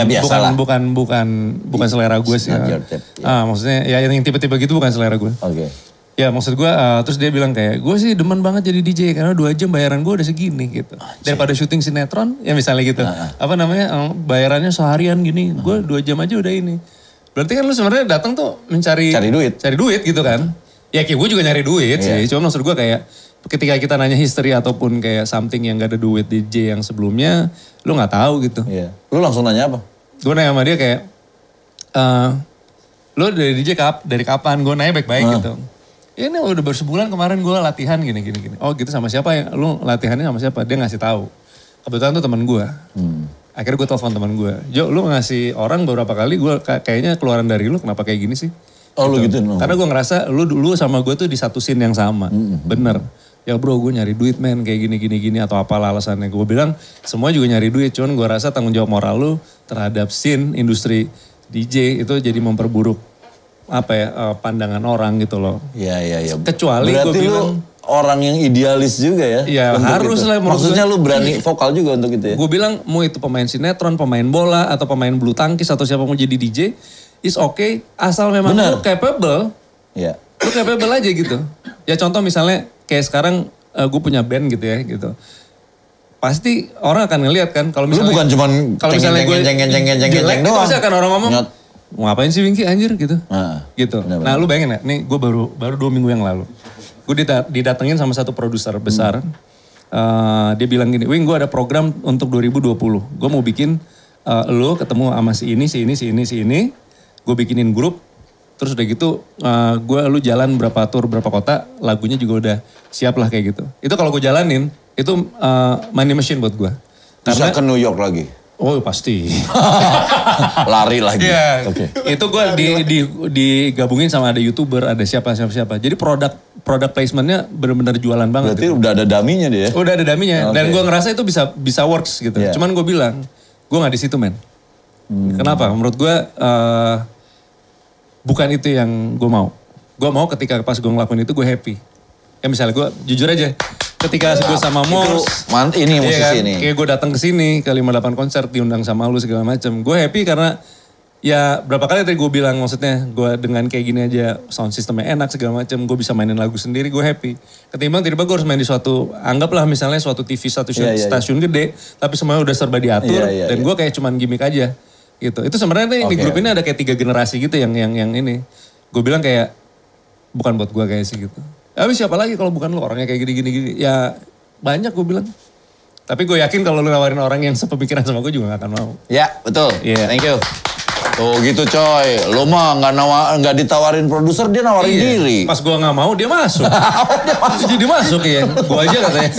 Speaker 2: selera gue sih. Maksudnya ya yang tipe-tipe gitu bukan selera gue.
Speaker 1: Oke.
Speaker 2: Ya maksud gue, terus dia bilang kayak, gue sih demen banget jadi DJ karena 2 jam bayaran gue udah segini gitu. Daripada syuting sinetron, ya misalnya gitu. Apa namanya, bayarannya seharian gini, gue 2 jam aja udah ini. Berarti kan lu sebenarnya datang tuh mencari duit gitu kan. Ya kayak gue juga nyari duit sih, cuma maksud gue kayak ketika kita nanya history ataupun kayak something yang gak ada duit DJ yang sebelumnya, lu gak tahu gitu.
Speaker 1: Iya. Lu langsung nanya apa?
Speaker 2: Gue nanya sama dia kayak, lu dari DJ dari kapan? Gue nanya baik-baik gitu. Ya ini udah baru sebulan kemarin gue latihan gini. Oh gitu sama siapa ya? Lu latihannya sama siapa? Dia ngasih tahu. Kebetulan tuh teman gue. Akhirnya gue telepon teman gue. Jo lu ngasih orang beberapa kali gue kayaknya keluaran dari lu kenapa kayak gini sih?
Speaker 1: Oh lu gitu.
Speaker 2: Karena gue ngerasa lu dulu sama gue tuh di satu scene yang sama. Bener. Ya bro gue nyari duit men kayak gini atau apalah alasannya. Gue bilang semua juga nyari duit. Cuman gue rasa tanggung jawab moral lu terhadap scene industri DJ itu jadi memperburuk pandangan orang gitu loh.
Speaker 1: Iya.
Speaker 2: Kecuali
Speaker 1: berarti
Speaker 2: gue bilang.
Speaker 1: Lu orang yang idealis juga ya.
Speaker 2: Iya harus
Speaker 1: itu.
Speaker 2: lah.
Speaker 1: Maksudnya lu berani vokal juga untuk itu ya.
Speaker 2: Gue bilang mau itu pemain sinetron, pemain bola, atau pemain bulu tangkis, atau siapa mau jadi DJ. Is okay asal memang lu capable.
Speaker 1: Iya.
Speaker 2: Lu capable aja gitu. Ya contoh misalnya kayak sekarang gue punya band gitu ya gitu. Pasti orang akan ngeliat kan. Kalau misalnya.
Speaker 1: Lu bukan cuman
Speaker 2: ceng doang. Pasti akan orang ngomong. Mau ngapain sih Winky anjir gitu. Gitu.
Speaker 1: Bener.
Speaker 2: Nah lu bayangin ya, nih gue baru 2 minggu yang lalu. Gue didatengin sama satu produser besar. Dia bilang gini, Wing gue ada program untuk 2020. Gue mau bikin lu ketemu sama si ini. Gue bikinin grup. Terus udah gitu lu jalan berapa tour, berapa kota. Lagunya juga udah siap lah kayak gitu. Itu kalau gue jalanin, itu money machine buat gue.
Speaker 1: Bisa ke New York lagi.
Speaker 2: Oh pasti.
Speaker 1: Lari lagi.
Speaker 2: Yeah. Okay. Itu gue digabungin sama ada YouTuber, ada siapa. Jadi produk placementnya benar-benar jualan banget.
Speaker 1: Berarti
Speaker 2: gitu.
Speaker 1: udah ada daminya dia.
Speaker 2: Udah ada daminya. Okay. Dan gue ngerasa itu bisa works gitu. Yeah. Cuman gue bilang, gue gak di situ men. Kenapa? Menurut gue bukan itu yang gue mau. Gue mau ketika pas gue ngelakuin itu gue happy. Ya misalnya gue jujur aja. Ketika gue sama Mors,
Speaker 1: ini musisi
Speaker 2: kan?
Speaker 1: ini.
Speaker 2: Kayak gue datang ke sini ke 58 konser diundang sama lu segala macam. Gue happy karena ya berapa kali tadi gue bilang maksudnya gue dengan kayak gini aja sound systemnya enak segala macam. Gue bisa mainin lagu sendiri gue happy. Ketimbang tiba-tiba gue harus main di suatu anggaplah misalnya suatu TV stasiun gede, tapi semuanya udah serba diatur dan gue kayak cuman gimmick aja gitu. Itu sebenarnya di grup ini ada kayak 3 generasi gitu yang ini. Gue bilang kayak bukan buat gue kayak sih gitu. Tapi siapa lagi kalau bukan lu orangnya kayak gini-gini. Ya banyak gue bilang. Tapi gue yakin kalau lu nawarin orang yang sepemikiran sama gue juga gak akan mau.
Speaker 1: Ya betul.
Speaker 2: Yeah.
Speaker 1: Thank you. Tuh gitu coy, lo mah nggak ditawarin produser, dia nawarin diri.
Speaker 2: Pas gue nggak mau dia masuk. Dia masuk. Jadi masuk ya, gue aja katanya.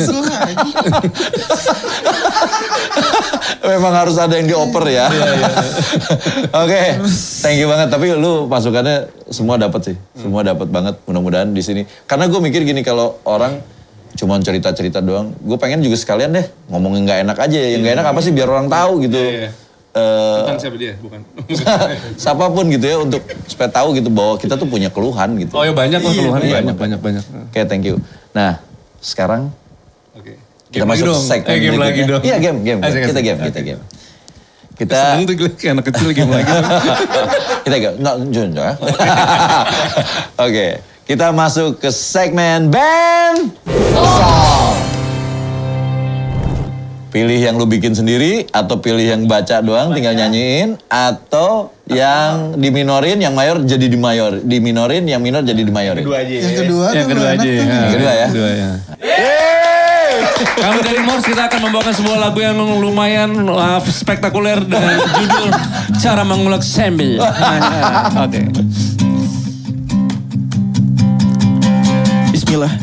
Speaker 1: Memang harus ada yang dioper ya. Oke, thank you banget. Tapi lu masukannya semua dapat sih, semua dapat banget. Mudah-mudahan di sini. Karena gue mikir gini, kalau orang cuma cerita-cerita doang, gue pengen juga sekalian deh ngomongin nggak enak aja. Yang nggak enak apa sih biar orang tahu gitu.
Speaker 2: Bukan siapa dia, bukan.
Speaker 1: Siapapun gitu ya, untuk supaya tahu gitu bahwa kita tuh punya keluhan gitu.
Speaker 2: Oh ya banyak lah keluhan, banyak.
Speaker 1: Oke, thank you. Nah, sekarang kita masuk ke segmen
Speaker 2: game lagi
Speaker 1: berikutnya.
Speaker 2: dong.
Speaker 1: Iya, game. Kita game. Kita
Speaker 2: seneng tuh kayak anak kecil game lagi.
Speaker 1: Kita game. Nggak, ya. Oke, kita masuk ke segmen band song. Pilih yang lu bikin sendiri, atau pilih yang baca doang tinggal nyanyiin, atau yang diminorin, yang mayor jadi diminorin, yang minor jadi dimayorin.
Speaker 4: Yang kedua
Speaker 2: Yang kedua aja.
Speaker 1: Yang kedua ya.
Speaker 2: Kami dari Morse kita akan membawakan sebuah lagu yang lumayan spektakuler dengan judul Cara Mengulek Sambil. Oke.
Speaker 4: Bismillah.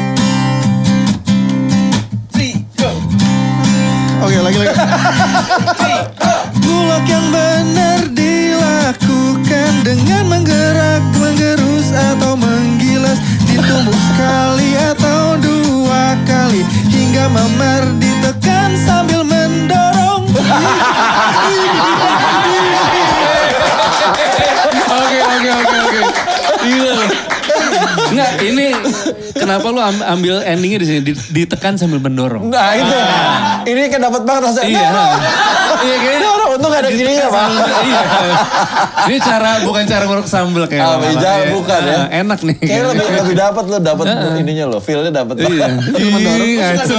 Speaker 4: Oke, lagi. Ngulek yang benar dilakukan dengan menggerus atau menggilas, ditumbuk sekali atau 2 kali hingga memar, ditekan sambil mendorong.
Speaker 2: Oke. Iya. Enggak, ini kenapa lu ambil endingnya di sini ditekan sambil mendorong?
Speaker 1: Nah itu, ini kan dapat banget rasanya.
Speaker 2: Iya. Iya kayaknya
Speaker 1: untung gak ada gininya Pak.
Speaker 2: Iya. Ini bukan cara nguruk sambel kayak.
Speaker 1: Bukan ya.
Speaker 2: Enak nih.
Speaker 1: Kayaknya lebih dapat ininya lo, feel-nya dapat.
Speaker 2: Iya. Ngacung.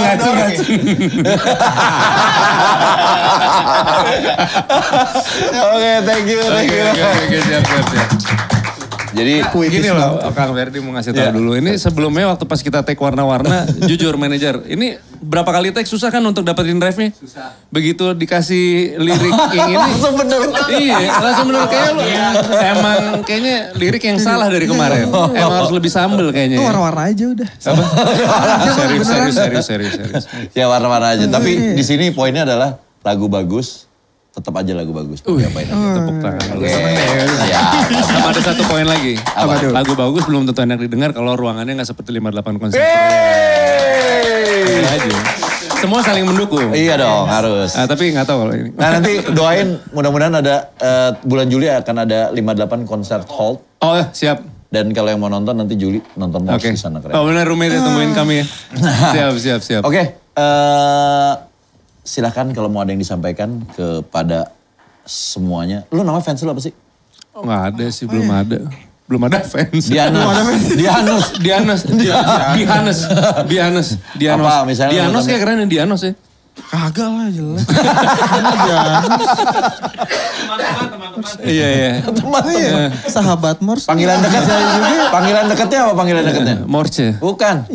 Speaker 1: Oke, thank you.
Speaker 2: Oke, siap.
Speaker 1: Jadi
Speaker 2: gini loh, Kang Ferdi mau ngasih tahu dulu. Ini sebelumnya waktu pas kita take warna-warna, jujur manajer, ini berapa kali take susah kan untuk dapetin ref-nya? Susah. Begitu dikasih lirik yang ini.
Speaker 1: Langsung bener.
Speaker 2: Iya, langsung bener kayak lu. Emang kayaknya lirik yang salah dari kemarin. Emang harus lebih sambel kayaknya.
Speaker 4: Itu warna-warna aja udah.
Speaker 2: Apa? Serius.
Speaker 1: Ya warna-warna aja. Tapi di sini poinnya adalah lagu bagus. Tetap aja lagu bagus. Diapain aja.
Speaker 2: Tepuk tangan.
Speaker 1: Oke. Ya.
Speaker 2: Sama ada satu poin lagi.
Speaker 1: Apa tuh?
Speaker 2: Lagu bagus belum tentu enak didengar kalau ruangannya gak seperti 58 konser. Aja. Semua saling mendukung.
Speaker 1: Iya dong, harus.
Speaker 2: Tapi gak tahu kalau ini.
Speaker 1: Nah nanti doain mudah-mudahan ada bulan Juli akan ada 58 konser hold.
Speaker 2: Oh siap.
Speaker 1: Dan kalau yang mau nonton nanti Juli nonton Morse di sana keren.
Speaker 2: Oh benar roommate ya, temuin kami ya. Siap.
Speaker 1: Oke, silakan kalau mau ada yang disampaikan kepada semuanya. Lu nama fans lu apa sih?
Speaker 2: Oh gak ada sih, belum ada. Belum ada fans.
Speaker 1: Dianos. Apa misalnya?
Speaker 2: Dianos kayak keren ya, Dianos ya.
Speaker 4: Kagak lah jelas.
Speaker 5: Teman-teman.
Speaker 2: Iya.
Speaker 1: Teman-teman.
Speaker 4: Sahabat Morse.
Speaker 1: Panggilan dekat. Panggilan dekatnya apa panggilan dekatnya?
Speaker 2: Morse.
Speaker 1: Bukan.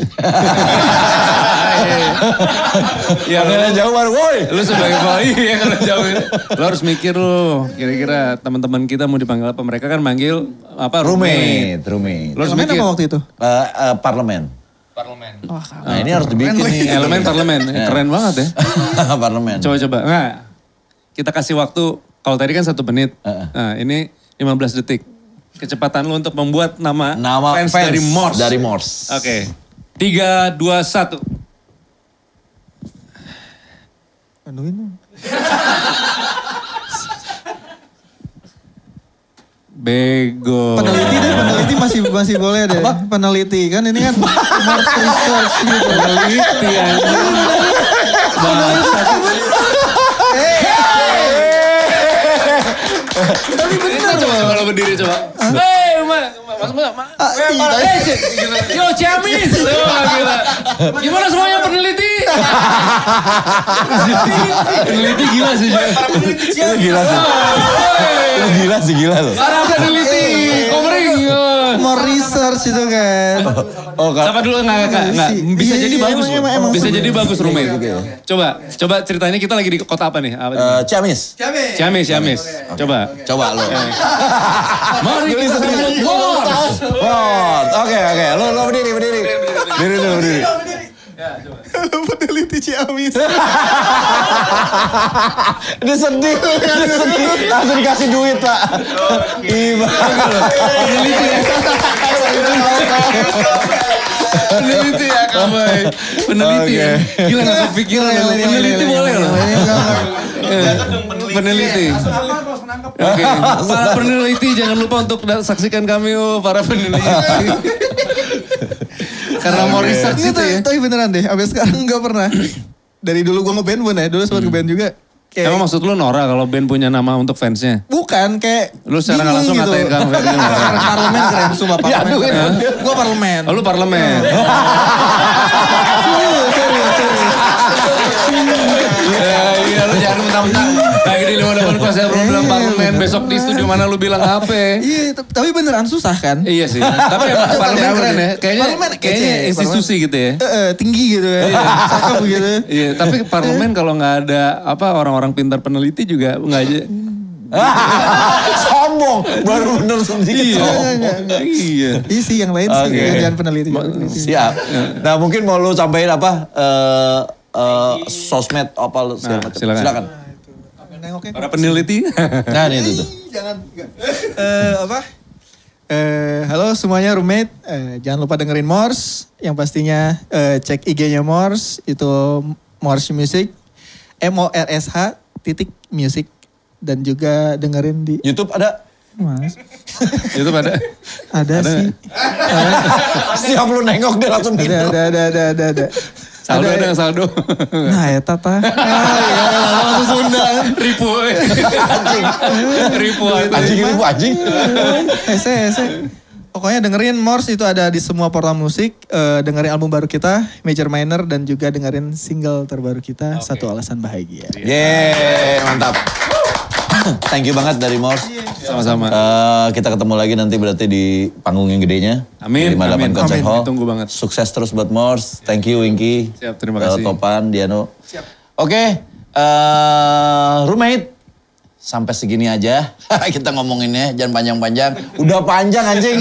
Speaker 2: Ya
Speaker 1: panggilan jauh baru, woi.
Speaker 2: Lu sebagai iya kalau jauh. Lu harus mikir lu, kira-kira teman-teman kita mau dipanggil apa? Mereka kan manggil apa?
Speaker 1: Roommate.
Speaker 2: Lu harus mikir.
Speaker 4: Apa waktu itu?
Speaker 1: Parlemen. Nah ini harus dibikin nih.
Speaker 2: Elemen parlemen, keren banget ya.
Speaker 1: Parlemen.
Speaker 2: Coba. Nah, kita kasih waktu, kalau tadi kan 1 menit. Nah ini 15 detik. Kecepatan lu untuk membuat nama fans dari Morse.
Speaker 1: Dari Morse.
Speaker 2: Oke. 3, 2, 1.
Speaker 4: Anuin dong.
Speaker 2: Bego.
Speaker 4: Peneliti masih boleh deh. Apa? Peneliti kan ini kan Morse research gitu.
Speaker 2: Peneliti anjing. Tapi bener coba kalau berdiri coba. Hei, Yo Ciamis. Gimana semuanya peneliti? Peneliti gila sih.
Speaker 1: Gila sih.
Speaker 2: Para peneliti. Komering.
Speaker 4: More research. Search itu kan.
Speaker 2: Siapa dulu enggak. Bisa jadi bagus.
Speaker 4: Emang
Speaker 2: Bisa jadi bagus roommate. Coba ceritanya kita lagi di kota apa nih?
Speaker 1: Ciamis.
Speaker 2: Ciamis. Coba
Speaker 1: Coba lo.
Speaker 2: Mari kita sambut Mors.
Speaker 1: Oke. Lo berdiri. Berdiri dulu.
Speaker 4: Peneliti Ciamis.
Speaker 1: Dia sedih. Langsung dikasih duit, Pak. Iya.
Speaker 2: Peneliti ya Kamay. Peneliti ya. Gila gak kepikiran. Peneliti boleh loh. Peneliti. Oke. Para peneliti jangan lupa untuk saksikan kami para peneliti. Karena mau research itu ya.
Speaker 4: Tapi beneran deh, abis sekarang gak pernah. Dari dulu gue ngeband pun ya, dulu sempat ngeband juga. Kayak,
Speaker 2: emang maksud lu Nora kalau band punya nama untuk fansnya?
Speaker 4: Bukan, kayak
Speaker 2: lu secara gak langsung
Speaker 4: gitu.
Speaker 2: ngatain Kang Ferdi.
Speaker 4: Parlemen keren, sumpah parlemen keren. Gue parlemen.
Speaker 2: Oh, lu parlemen. Iya, lu jangan mentang-mentang lagi di 58 kuasa belum bilang parlemen, besok di studio mana lu bilang apa?
Speaker 4: Iya, tapi beneran susah kan?
Speaker 2: Iya sih. Tapi emang parlemen keren ya. Kayaknya institusi gitu ya.
Speaker 4: Tinggi gitu ya. Cakep gitu.
Speaker 2: Iya, tapi parlemen kalau nggak ada orang-orang pintar peneliti juga nggak aja.
Speaker 1: Sombong, baru bener sedikit sombong.
Speaker 2: Iya.
Speaker 4: Iya sih, yang lain sih jangan peneliti.
Speaker 1: Siap. Nah mungkin mau lu sampaikan apa? Sosmed apa segala macam. Silakan.
Speaker 2: Para peneliti.
Speaker 1: Nah ini itu tuh.
Speaker 4: Jangan. Halo semuanya roommate. Jangan lupa dengerin Mors. Yang pastinya cek IG-nya Mors. Itu Mors Music. MORSH.music. Dan juga dengerin di
Speaker 1: YouTube ada?
Speaker 4: Mas.
Speaker 2: YouTube ada?
Speaker 4: Ada sih.
Speaker 1: Setiap lu nengok dia langsung gitu.
Speaker 4: Ada.
Speaker 2: Saldo ada saldo.
Speaker 4: Nah ya Tata. Langsung Sunda.
Speaker 2: Ribu.
Speaker 1: Anjing.
Speaker 4: Ese. Pokoknya dengerin Mors itu ada di semua portal musik. Dengerin album baru kita, Major Minor. Dan juga dengerin single terbaru kita, Satu Alasan Bahagia.
Speaker 1: Yeay, mantap. Thank you banget dari Mors.
Speaker 2: Sama-sama.
Speaker 1: Kita ketemu lagi nanti berarti di panggung yang gedenya.
Speaker 2: Amin.
Speaker 1: Di 58 Concert Hall.
Speaker 2: Ditunggu banget.
Speaker 1: Sukses terus buat Mors. Thank you Winky.
Speaker 2: Siap, terima kasih.
Speaker 1: Topan, Diano.
Speaker 4: Siap.
Speaker 1: Oke, roommate. Sampai segini aja. Kita ngomonginnya, jangan panjang-panjang. Udah panjang anjing.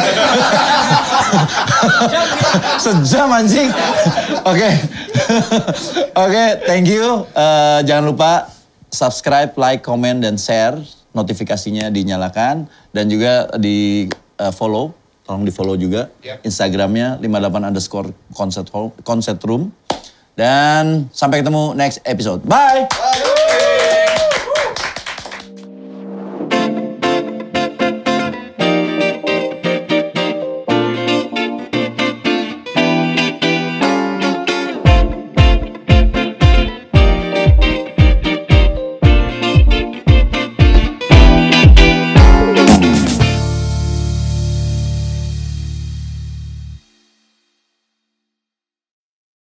Speaker 1: Sejam anjing. Oke, thank you. Jangan lupa subscribe, like, comment, dan share. Notifikasinya dinyalakan. Dan juga di follow. Tolong di follow juga. Instagramnya 58_concert room. Dan sampai ketemu next episode. Bye!